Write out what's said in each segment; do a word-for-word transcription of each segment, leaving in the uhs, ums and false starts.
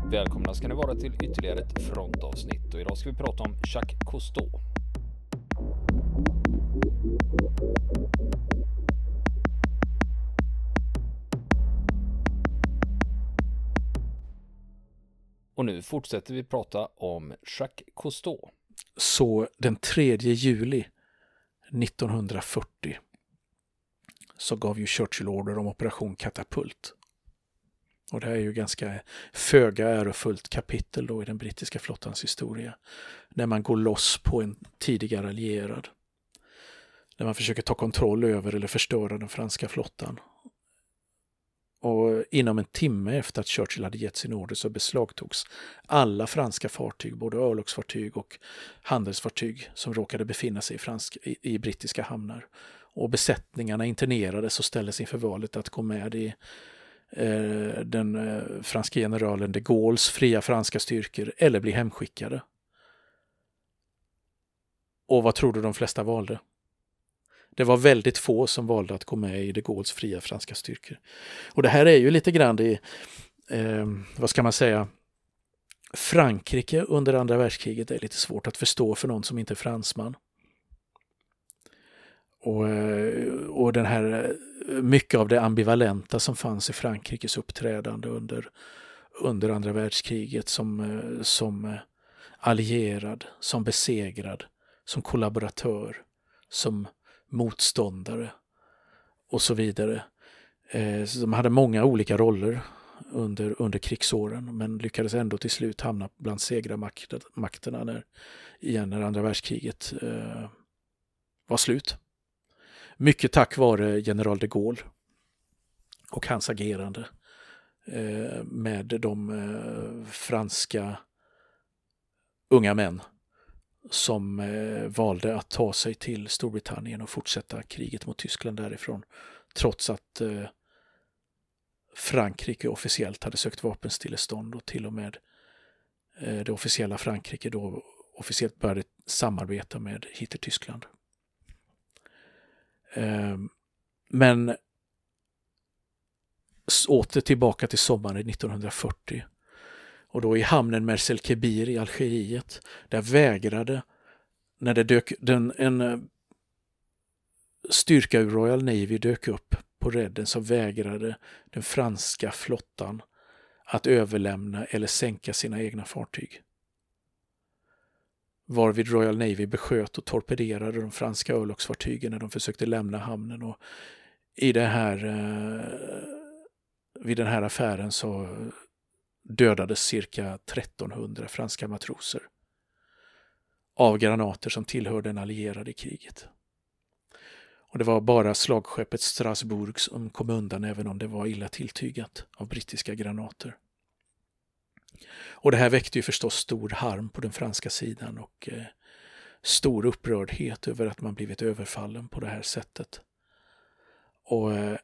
Välkomna ska ni vara till ytterligare ett frontavsnitt och idag ska vi prata om Jacques Cousteau. Och nu fortsätter vi prata om Jacques Cousteau. Så den tredje juli nittonhundrafyrtio så gav ju Churchill order om operation Katapult. Och det här är ju ganska föga ärofullt kapitel då i den brittiska flottans historia. När man går loss på en tidigare allierad. När man försöker ta kontroll över eller förstöra den franska flottan. Och inom en timme efter att Churchill hade gett sin order så beslagtogs alla franska fartyg, både örlogsfartyg och handelsfartyg som råkade befinna sig i, fransk, i, i brittiska hamnar. Och besättningarna internerades och ställdes inför valet att gå med i eh, den eh, franska generalen de Gaulles fria franska styrkor eller bli hemskickade. Och vad tror du de flesta valde? Det var väldigt få som valde att gå med i de Gaulles fria franska styrkor. Och det här är ju lite grann i, eh, vad ska man säga, Frankrike under andra världskriget är lite svårt att förstå för någon som inte är fransman. Och, och den här, mycket av det ambivalenta som fanns i Frankrikes uppträdande under, under andra världskriget som, som allierad, som besegrad, som kollaboratör, som motståndare och så vidare. Eh, de hade många olika roller under, under krigsåren men lyckades ändå till slut hamna bland segrarmakterna när, igen när andra världskriget eh, var slut. Mycket tack vare general de Gaulle och hans agerande eh, med de eh, franska unga män som eh, valde att ta sig till Storbritannien och fortsätta kriget mot Tyskland därifrån, trots att eh, Frankrike officiellt hade sökt vapenstillestånd och till och med eh, det officiella Frankrike då officiellt började samarbeta med Hitler-Tyskland. Eh, men åter tillbaka till sommaren nittonhundrafyrtio. Och då i hamnen Mers-el-Kebir i Algeriet, där vägrade, när det dök, den, en styrka ur Royal Navy dök upp på redden, så vägrade den franska flottan att överlämna eller sänka sina egna fartyg. Varvid Royal Navy besköt och torpederade de franska örlogsfartygen när de försökte lämna hamnen. Och i det här, vid den här affären så dödades cirka trettonhundra franska matroser av granater som tillhörde den allierade i kriget. Och det var bara slagskeppet Strasbourg som kom undan, även om det var illa tilltygat av brittiska granater. Och det här väckte ju förstås stor harm på den franska sidan och eh, stor upprördhet över att man blivit överfallen på det här sättet. Och eh,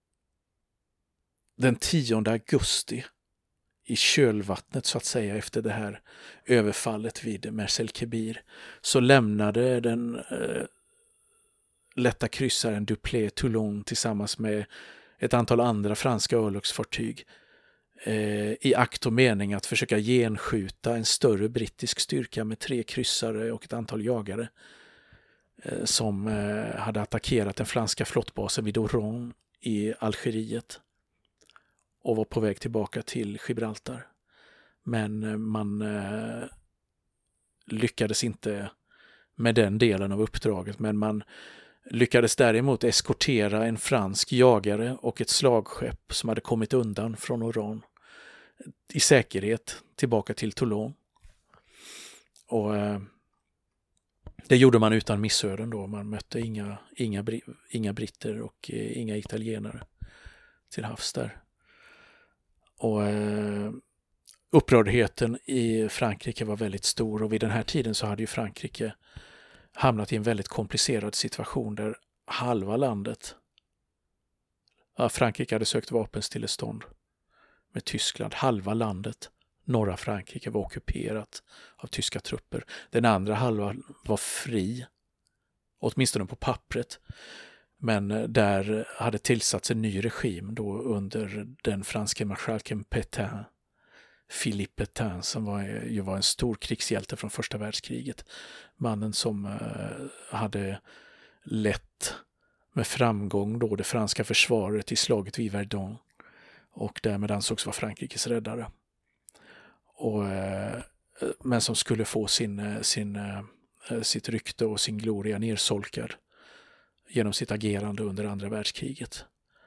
den tionde augusti i kölvattnet så att säga efter det här överfallet vid Mers-el-Kebir så lämnade den eh, lätta kryssaren Dupleix Toulon tillsammans med ett antal andra franska örlogsfartyg eh, i akt och mening att försöka genskjuta en större brittisk styrka med tre kryssare och ett antal jagare eh, som eh, hade attackerat den franska flottbasen vid Oran i Algeriet och var på väg tillbaka till Gibraltar. Men man eh, lyckades inte med den delen av uppdraget, men man lyckades däremot eskortera en fransk jagare och ett slagskepp som hade kommit undan från Oran i säkerhet tillbaka till Toulon. Och eh, det gjorde man utan missöden då. Man mötte inga, inga, inga britter och eh, inga italienare till havs där. Och eh, upprördheten i Frankrike var väldigt stor, och vid den här tiden så hade ju Frankrike hamnat i en väldigt komplicerad situation där halva landet, ja, Frankrike hade sökt vapenstillestånd med Tyskland, halva landet, norra Frankrike, var ockuperat av tyska trupper. Den andra halvan var fri, åtminstone på pappret. Men där hade tillsatts en ny regim då under den franska marskalken Pétain Philippe Pétain, som var, ju var en stor krigshjälte från första världskriget. Mannen som eh, hade lett med framgång då det franska försvaret i slaget vid Verdun och därmed ansågs vara Frankrikes räddare. Och, eh, men som skulle få sin, sin, eh, sitt rykte och sin gloria nersolkad genom sitt agerande under andra världskriget.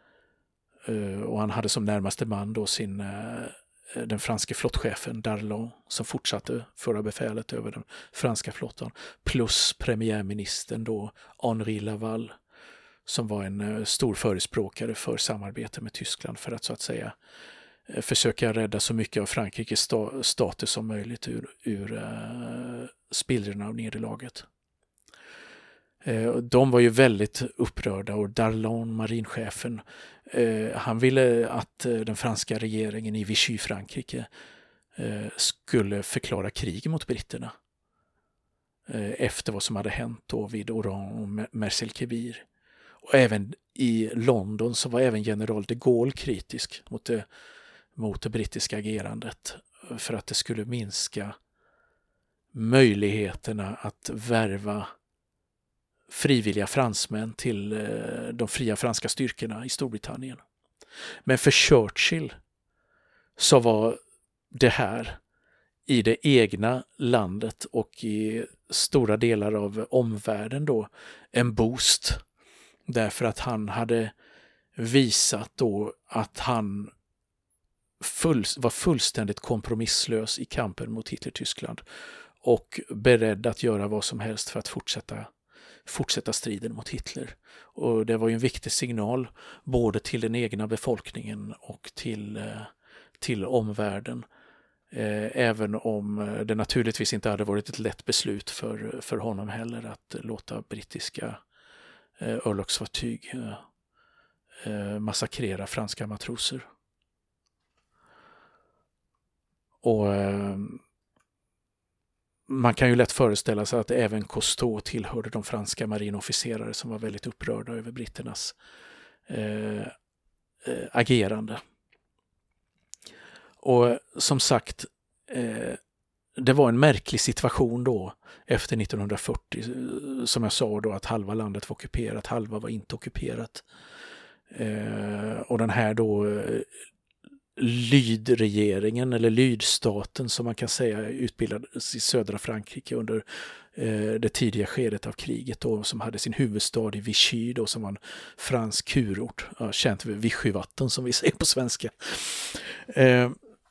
Eh, och han hade som närmaste man då sin eh, den franske flottchefen Darlan, som fortsatte föra befälet över den franska flottan, plus premiärministern då Henri Laval, som var en uh, stor förespråkare för samarbete med Tyskland för att så att säga uh, försöka rädda så mycket av Frankrikes sta- status som möjligt ur, ur uh, spillrorna av nederlaget. Uh, de var ju väldigt upprörda och Darlan, marinchefen, uh, han ville att uh, den franska regeringen i Vichy, Frankrike, uh, skulle förklara krig mot britterna uh, efter vad som hade hänt då vid Oran och Mers-el-Kébir. Och även i London så var även general de Gaulle kritisk mot det, mot det brittiska agerandet för att det skulle minska möjligheterna att värva frivilliga fransmän till eh, de fria franska styrkorna i Storbritannien. Men för Churchill så var det här i det egna landet och i stora delar av omvärlden då en boost. Därför att han hade visat då att han full, var fullständigt kompromisslös i kampen mot Hitler-Tyskland och beredd att göra vad som helst för att fortsätta, fortsätta striden mot Hitler. Och det var ju en viktig signal både till den egna befolkningen och till, till omvärlden. Även om det naturligtvis inte hade varit ett lätt beslut för, för honom heller att låta brittiska örlogsfartyg eh, massakrera franska matroser. Och eh, man kan ju lätt föreställa sig att även Cousteau tillhörde de franska marinofficerare som var väldigt upprörda över britternas eh, eh, agerande. Och som sagt, eh, det var en märklig situation då efter nittonhundrafyrtio, som jag sa då, att halva landet var ockuperat, halva var inte ockuperat. Eh, och den här då eh, lydregeringen eller lydstaten som man kan säga utbildades i södra Frankrike under eh, det tidiga skedet av kriget då, som hade sin huvudstad i Vichy då, som var en fransk kurort, ja, känt vid Vichyvatten som vi säger på svenska. Eh,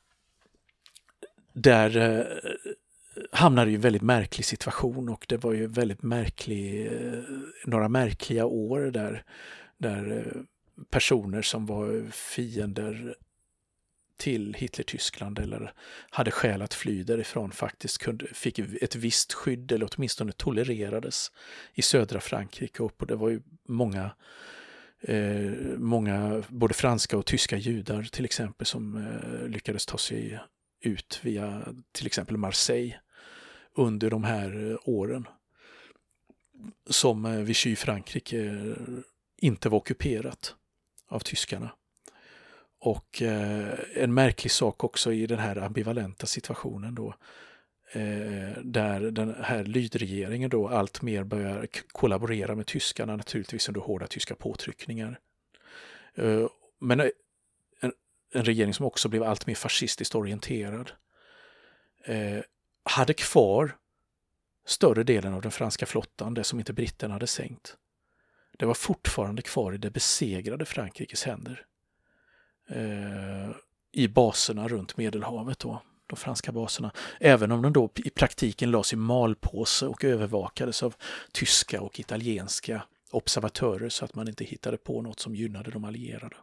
där eh, hamnade ju en väldigt märklig situation och det var ju väldigt märklig, eh, några märkliga år där, där eh, personer som var fiender till Hitler-Tyskland eller hade skäl att fly därifrån faktiskt kunde, fick ett visst skydd eller åtminstone tolererades i södra Frankrike, och det var ju många eh, många både franska och tyska judar till exempel som eh, lyckades ta sig ut via till exempel Marseille under de här åren som Vichy, Frankrike inte var ockuperat av tyskarna. Och eh, en märklig sak också i den här ambivalenta situationen då, eh, där den här lydregeringen då allt mer börjar k- kollaborera med tyskarna, naturligtvis under hårda tyska påtryckningar. Eh, men en, en regering som också blev allt mer fascistiskt orienterad eh, hade kvar större delen av den franska flottan, det som inte britterna hade sänkt. Det var fortfarande kvar i det besegrade Frankrikes händer. Eh, i baserna runt Medelhavet då, de franska baserna, även om de då i praktiken lades i malpåse och övervakades av tyska och italienska observatörer så att man inte hittade på något som gynnade de allierade.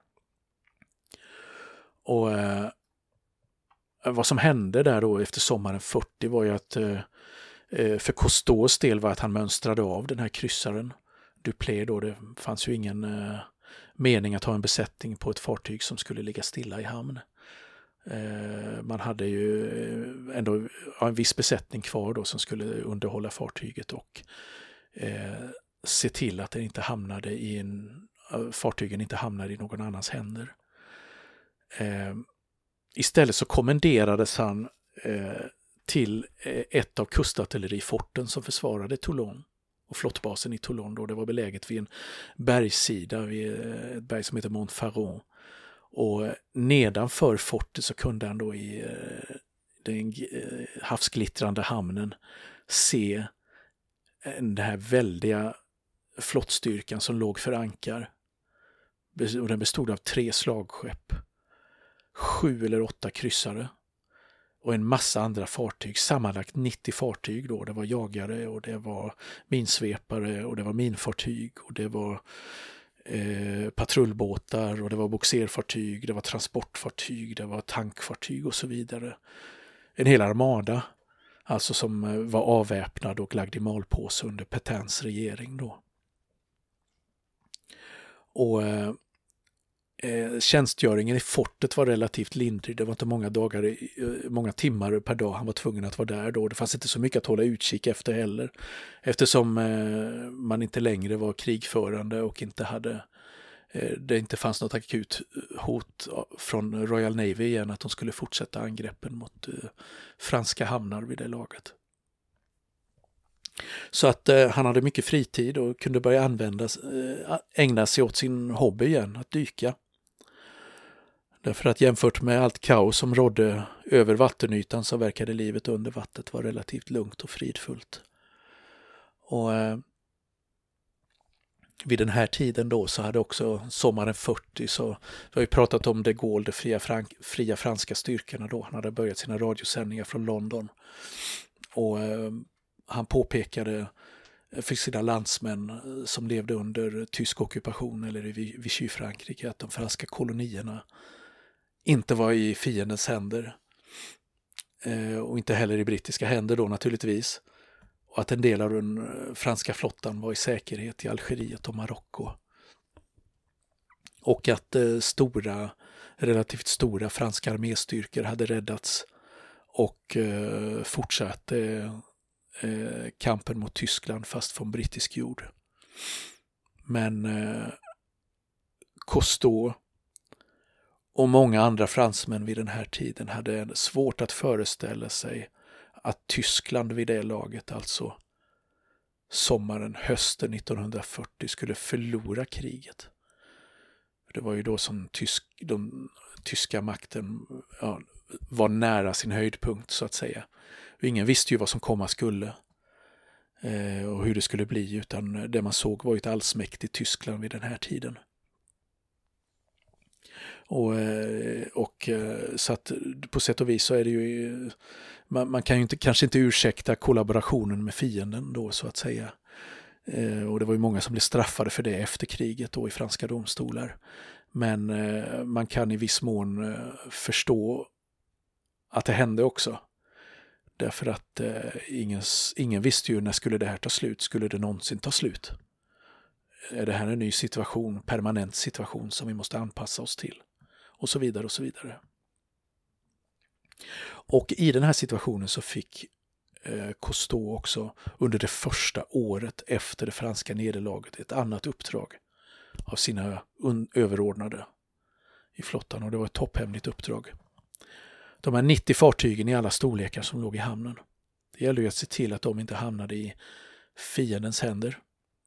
Och eh, vad som hände där då efter sommaren fyrtio var ju att eh, för Cousteaus del var att han mönstrade av den här kryssaren Dupleix då. Det fanns ju ingen eh, mening att ha en besättning på ett fartyg som skulle ligga stilla i hamn. Eh, man hade ju ändå en viss besättning kvar då som skulle underhålla fartyget och eh, se till att det inte hamnade i en, fartygen inte hamnade i någon annans händer. Eh, istället så kommenderades han eh, till eh, ett av kustartilleriforten som försvarade Toulon och flottbasen i Toulon. Då. Det var beläget vid en bergssida, vid ett berg som heter Montfaron. Och nedanför fortet så kunde han då i eh, den eh, havsglittrande hamnen se den här väldiga flottstyrkan som låg för ankar. Och den bestod av tre slagskepp, sju eller åtta kryssare och en massa andra fartyg, sammanlagt nittio fartyg då. Det var jagare och det var minsvepare och det var minfartyg och det var eh, patrullbåtar och det var boxerfartyg, det var transportfartyg, det var tankfartyg och så vidare. En hel armada, alltså som var avväpnad och lagd i malpåse under Pétains regering då. Och eh, tjänstgöringen i fortet var relativt lindrig. Det var inte många dagar, många timmar per dag han var tvungen att vara där då. Det fanns inte så mycket att hålla utkik efter heller. Eftersom eh, man inte längre var krigförande och inte hade eh, det inte fanns något akut hot från Royal Navy igen att de skulle fortsätta angreppen mot eh, franska hamnar vid det laget. Så att eh, han hade mycket fritid och kunde börja använda, eh, ägna sig åt sin hobby igen, att dyka. Därför att jämfört med allt kaos som rådde över vattenytan så verkade livet under vattnet vara relativt lugnt och fridfullt. Och eh, vid den här tiden då så hade också sommaren fyrtio så vi har ju pratat om de Gaulle, de fria, frank, fria franska styrkorna då. Han hade börjat sina radiosändningar från London. Och eh, han påpekade för sina landsmän som levde under tysk ockupation eller i Vichy-Frankrike att de franska kolonierna inte var i fiendens händer eh, och inte heller i brittiska händer då naturligtvis. Och att en del av den franska flottan var i säkerhet i Algeriet och Marocko. Och att eh, stora, relativt stora franska arméstyrkor hade räddats och eh, fortsatte eh, kampen mot Tyskland fast från brittisk jord. Men eh, Cousteau och många andra fransmän vid den här tiden hade svårt att föreställa sig att Tyskland vid det laget, alltså sommaren, hösten nittonhundrafyrtio, skulle förlora kriget. Det var ju då som tysk, de, tyska makten ja, var nära sin höjdpunkt så att säga. Och ingen visste ju vad som komma skulle eh, och hur det skulle bli, utan det man såg var ett allsmäktigt Tyskland vid den här tiden. Och, och så att på sätt och vis så är det ju man, man kan ju inte, kanske inte ursäkta kollaborationen med fienden då så att säga. Eh, och det var ju många som blev straffade för det efter kriget då i franska domstolar. Men eh, man kan i viss mån eh, förstå att det hände också. Därför att eh, ingen, ingen visste ju när skulle det här ta slut. Skulle det någonsin ta slut? Är det här en ny situation, permanent situation som vi måste anpassa oss till? Och så vidare och så vidare. Och i den här situationen så fick eh, Cousteau också under det första året efter det franska nederlaget ett annat uppdrag av sina un- överordnade i flottan, och det var ett topphemligt uppdrag. De här nittio fartygen i alla storlekar som låg i hamnen. Det gällde ju att se till att de inte hamnade i fiendens händer.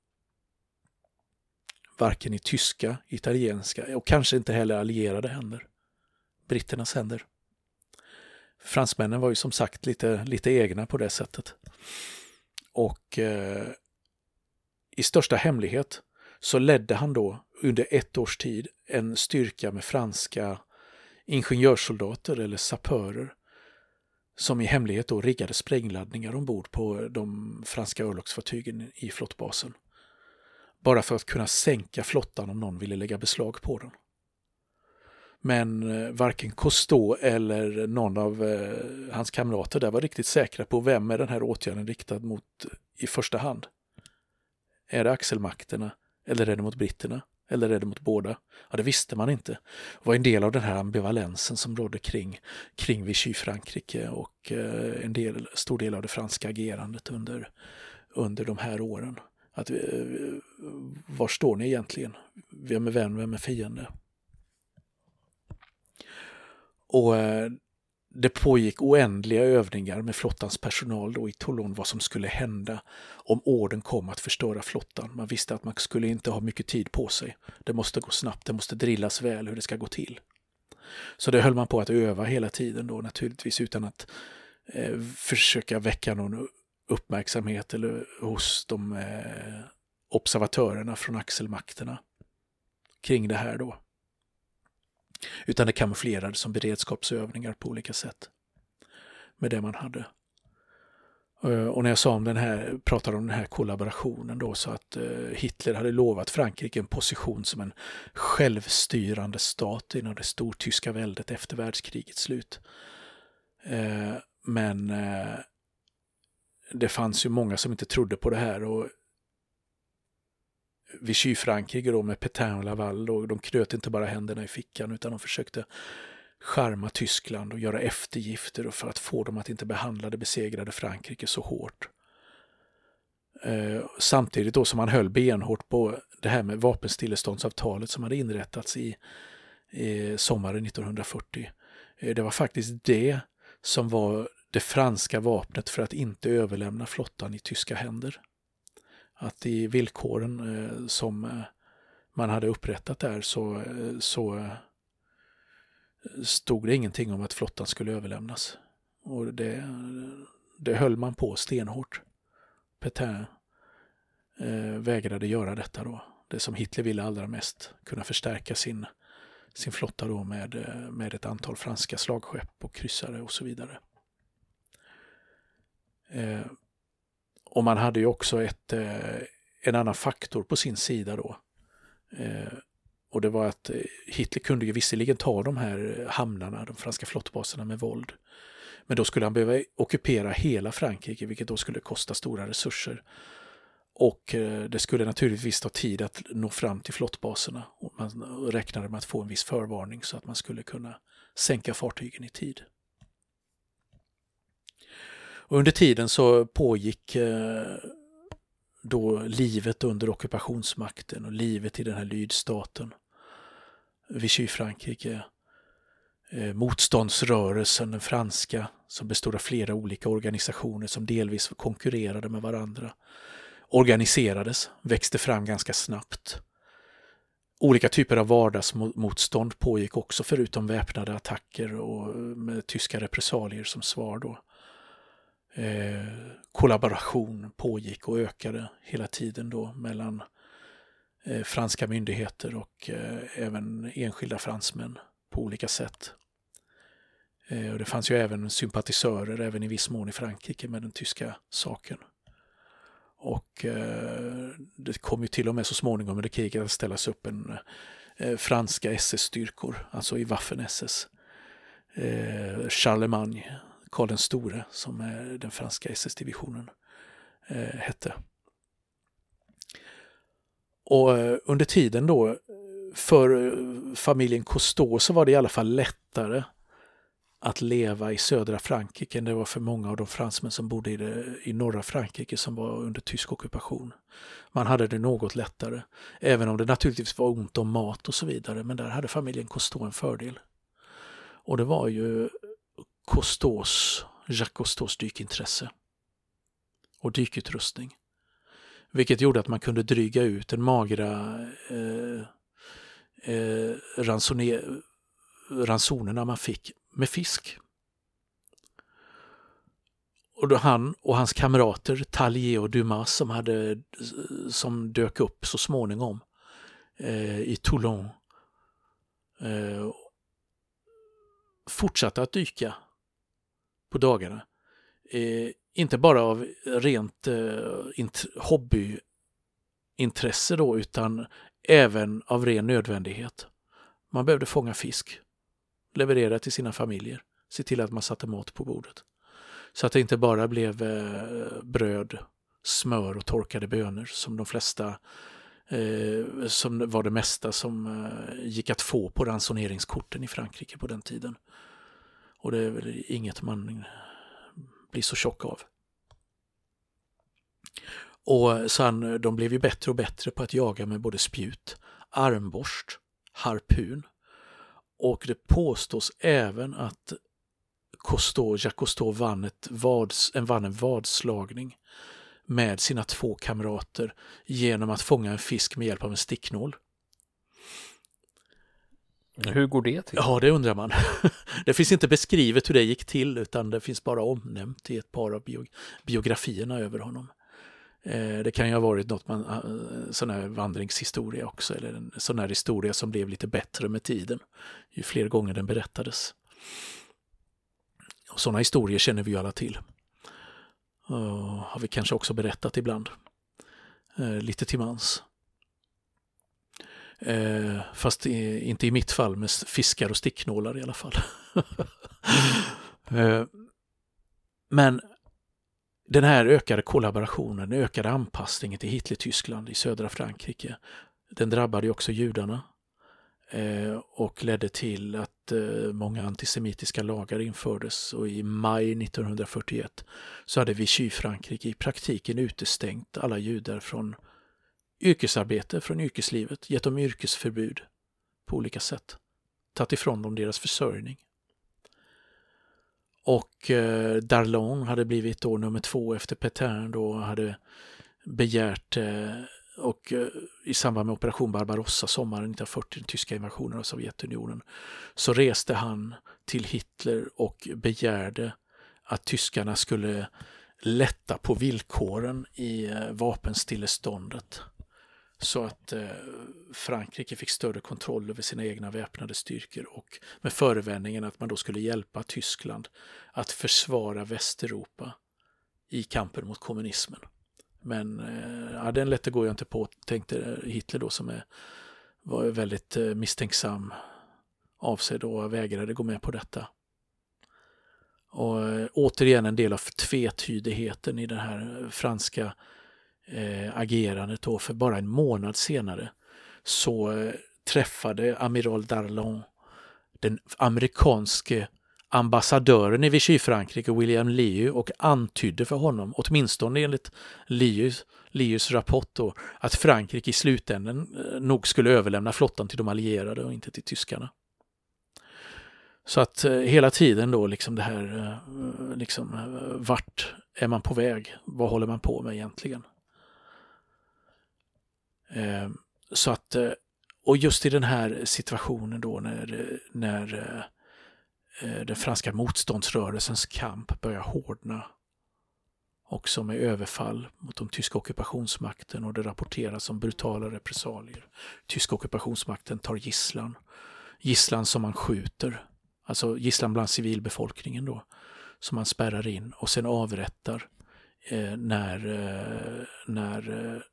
Varken i tyska, italienska och kanske inte heller allierade händer. Britternas händer. Fransmännen var ju som sagt lite, lite egna på det sättet. Och eh, i största hemlighet så ledde han då under ett års tid en styrka med franska ingenjörssoldater eller sapörer som i hemlighet då riggade sprängladdningar ombord på de franska örlogsfartygen i flottbasen. Bara för att kunna sänka flottan om någon ville lägga beslag på den. Men eh, varken Cousteau eller någon av eh, hans kamrater där var riktigt säkra på vem är den här åtgärden riktad mot i första hand. Är det axelmakterna eller är det mot britterna eller är det mot båda? Ja, det visste man inte. Det var en del av den här ambivalensen som rådde kring, kring Vichy-Frankrike och eh, en del, stor del av det franska agerandet under, under de här åren. Att, var står ni egentligen? Vem är vän, vem är fiende? Och eh, det pågick oändliga övningar med flottans personal då i Toulon vad som skulle hända om orden kom att förstöra flottan. Man visste att man skulle inte ha mycket tid på sig. Det måste gå snabbt, det måste drillas väl hur det ska gå till. Så det höll man på att öva hela tiden då, naturligtvis utan att eh, försöka väcka någon uppmärksamhet eller hos de eh, observatörerna från axelmakterna kring det här då. Utan det kamouflerades som beredskapsövningar på olika sätt med det man hade. Och när jag sa om den här, pratade om den här kollaborationen då, så att Hitler hade lovat Frankrike en position som en självstyrande stat inom det stortyska väldet efter världskrigets slut. Men det fanns ju många som inte trodde på det här, och Vichy-Frankrike då med Pétain och Laval då, de knöt inte bara händerna i fickan utan de försökte charma Tyskland och göra eftergifter för att få dem att inte behandla det besegrade Frankrike så hårt. Eh, samtidigt då som man höll benhårt på det här med vapenstilleståndsavtalet som hade inrättats i, i sommaren nittonhundrafyrtio. Eh, det var faktiskt det som var det franska vapnet för att inte överlämna flottan i tyska händer. Att i villkoren eh, som eh, man hade upprättat där så, eh, så eh, stod det ingenting om att flottan skulle överlämnas. Och det, det höll man på stenhårt. Pétain eh, vägrade göra detta då. Det som Hitler ville allra mest, kunna förstärka sin, sin flotta då med, med ett antal franska slagskepp och kryssare och så vidare. Eh, Och man hade ju också ett, eh, en annan faktor på sin sida då. Eh, och det var att Hitler kunde ju visserligen ta de här hamnarna, de franska flottbaserna med våld. Men då skulle han behöva ockupera hela Frankrike, vilket då skulle kosta stora resurser. Och eh, det skulle naturligtvis ta tid att nå fram till flottbaserna. Och man räknade med att få en viss förvarning så att man skulle kunna sänka fartygen i tid. Och under tiden så pågick eh, då livet under ockupationsmakten och livet i den här lydstaten. Vichy-Frankrike, eh, motståndsrörelsen, den franska, som bestod av flera olika organisationer som delvis konkurrerade med varandra. Organiserades, växte fram ganska snabbt. Olika typer av vardagsmotstånd pågick också förutom väpnade attacker och med tyska repressalier som svar då. Eh, kollaboration pågick och ökade hela tiden då mellan eh, franska myndigheter och eh, även enskilda fransmän på olika sätt. Eh, och det fanns ju även sympatisörer även i viss mån i Frankrike med den tyska saken. Och eh, det kom ju till och med så småningom under kriget att ställas upp en eh, franska S S-styrkor, alltså i Waffen-S S. Eh, Charlemagne, Karl den store, som är den franska S S-divisionen eh, hette. Och eh, under tiden då för familjen Cousteau så var det i alla fall lättare att leva i södra Frankrike än det var för många av de fransmän som bodde i, det, i norra Frankrike som var under tysk ockupation. Man hade det något lättare, även om det naturligtvis var ont om mat och så vidare, men där hade familjen Cousteau en fördel. Och det var ju Cousteaus, Jacques Cousteaus dykintresse och dykutrustning. Vilket gjorde att man kunde dryga ut den magra eh, eh, ransone- ransonerna man fick med fisk. Och då han och hans kamrater Tallier och Dumas som, hade, som dök upp så småningom eh, i Toulon eh, fortsatte att dyka på dagarna. Eh, inte bara av rent eh, int- hobbyintresse då, utan även av ren nödvändighet. Man behövde fånga fisk, leverera till sina familjer, se till att man satte mat på bordet. Så att det inte bara blev eh, bröd, smör och torkade bönor som de flesta, eh, som var det mesta som eh, gick att få på ransoneringskorten i Frankrike på den tiden. Och det är väl inget man blir så tjock av. Och sen, de blev ju bättre och bättre på att jaga med både spjut, armborst, harpun Och det påstås även att Cousteau, Jacques Cousteau vann, ett vads, en, vann en vadslagning med sina två kamrater genom att fånga en fisk med hjälp av en sticknål. Hur går det till? Ja, det undrar man. Det finns inte beskrivet hur det gick till, utan det finns bara omnämnt i ett par av biog- biografierna över honom. Eh, det kan ju ha varit något man, eh, sån här vandringshistoria också, eller en sån här historia som blev lite bättre med tiden, ju fler gånger den berättades. Och sådana historier känner vi ju alla till. Uh, har vi kanske också berättat ibland. Uh, lite till mans. Uh, fast i, inte i mitt fall med fiskar och sticknålar i alla fall. uh, men den här ökade kollaborationen, ökade anpassningen till Hitler-Tyskland i södra Frankrike, den drabbade ju också judarna. Eh, och ledde till att eh, många antisemitiska lagar infördes, och i maj nittonhundrafyrtioett så hade Vichy-Frankrike i praktiken utestängt alla judar från yrkesarbete, från yrkeslivet, gett dem yrkesförbud på olika sätt, tagit ifrån dem deras försörjning. Och eh, Darlan hade blivit då nummer två efter Pétain, då hade begärt eh, och eh, i samband med operation Barbarossa sommaren nittonhundrafyrtio, den tyska invasionen av Sovjetunionen, så reste han till Hitler och begärde att tyskarna skulle lätta på villkoren i eh, vapenstilleståndet, så att eh, Frankrike fick större kontroll över sina egna väpnade styrkor, och med förevändningen att man då skulle hjälpa Tyskland att försvara Västeuropa i kampen mot kommunismen. Men eh, ja, den lätte går jag inte på, tänkte Hitler då, som är, var väldigt eh, misstänksam av sig då, och vägrade gå med på detta. Och eh, återigen en del av tvetydigheten i det här franska eh, agerandet då, för bara en månad senare så eh, träffade amiral Darlan den amerikanske ambassadören i Vichy-Frankrike, William Liu, och antydde för honom, åtminstone enligt Lius, Lius rapport då, att Frankrike i slutändan eh, nog skulle överlämna flottan till de allierade och inte till tyskarna. Så att eh, hela tiden då liksom det här, eh, liksom eh, vart är man på väg? Vad håller man på med egentligen? Eh, så att, eh, och just i den här situationen då när, när eh, den franska motståndsrörelsens kamp börjar hårdna, också med överfall mot de tyska ockupationsmakten, och det rapporteras om brutala repressalier. Tyska ockupationsmakten tar gisslan. Gisslan som man skjuter, alltså gisslan bland civilbefolkningen då, som man spärrar in och sen avrättar eh, när, eh, när eh,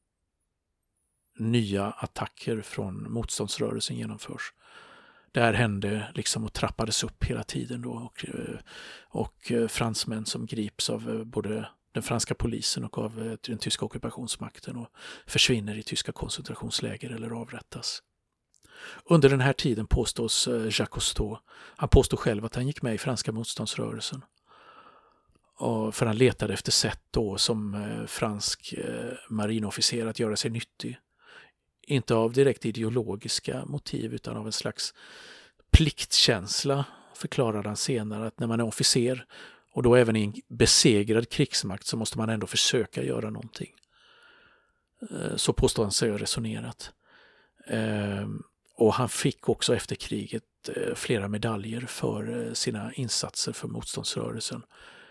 nya attacker från motståndsrörelsen genomförs. Det här hände liksom och trappades upp hela tiden då, och, och fransmän som grips av både den franska polisen och av den tyska ockupationsmakten och försvinner i tyska koncentrationsläger eller avrättas. Under den här tiden påstås Jacques Cousteau, han påstår själv att han gick med i franska motståndsrörelsen. Och för han letade efter sätt då som fransk marinofficer att göra sig nyttig. Inte av direkt ideologiska motiv utan av en slags pliktkänsla, förklarade han senare, att när man är officer och då även i en besegrad krigsmakt så måste man ändå försöka göra någonting. Så påstår han sig ha resonerat. Och han fick också efter kriget flera medaljer för sina insatser för motståndsrörelsen.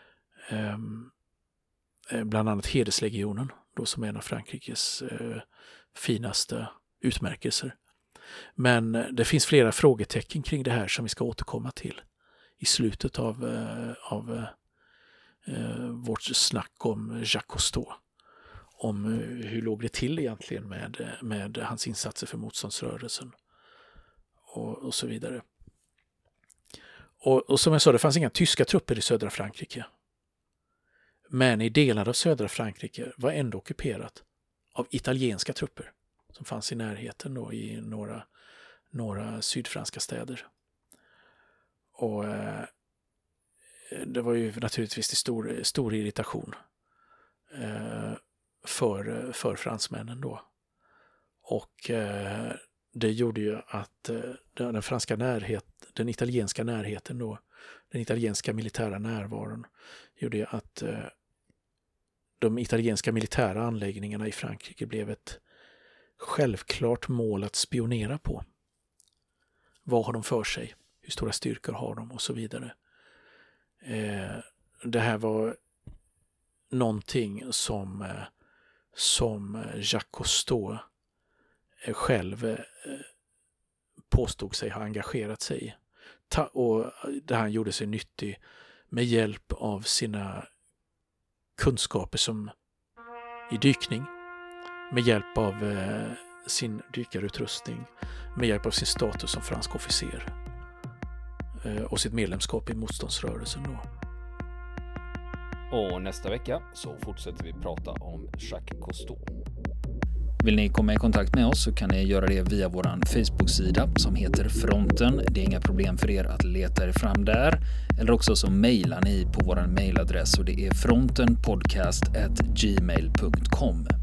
Bland annat Hederslegionen, då, som är en av Frankrikes finaste utmärkelser. Men det finns flera frågetecken kring det här som vi ska återkomma till i slutet av, av eh, vårt snack om Jacques Cousteau. Om hur låg det till egentligen med, med hans insatser för motståndsrörelsen och, och så vidare. Och, och som jag sa, det fanns inga tyska trupper i södra Frankrike. Men i delar av södra Frankrike var ändå ockuperat av italienska trupper som fanns i närheten då, i några, några sydfranska städer. Och eh, det var ju naturligtvis till stor, stor irritation eh, för, för fransmännen då. Och eh, det gjorde ju att eh, den franska närhet, den italienska närheten då, den italienska militära närvaron gjorde ju att eh, de italienska militära anläggningarna i Frankrike blev ett självklart mål att spionera på. Vad har de för sig? Hur stora styrkor har de? Och så vidare. Eh, det här var någonting som, eh, som Jacques Cousteau eh, själv eh, påstod sig ha engagerat sig i. Ta- och där han gjorde sig nyttig med hjälp av sina kunskaper som i dykning, med hjälp av eh, sin dykarutrustning, med hjälp av sin status som fransk officer eh, och sitt medlemskap i motståndsrörelsen då. Och nästa vecka så fortsätter vi prata om Jacques Cousteau. Vill ni komma i kontakt med oss så kan ni göra det via vår Facebook-sida som heter Fronten. Det är inga problem för er att leta er fram där. Eller också så mejlar ni på vår mejladress och det är frontenpodcast at gmail punkt com.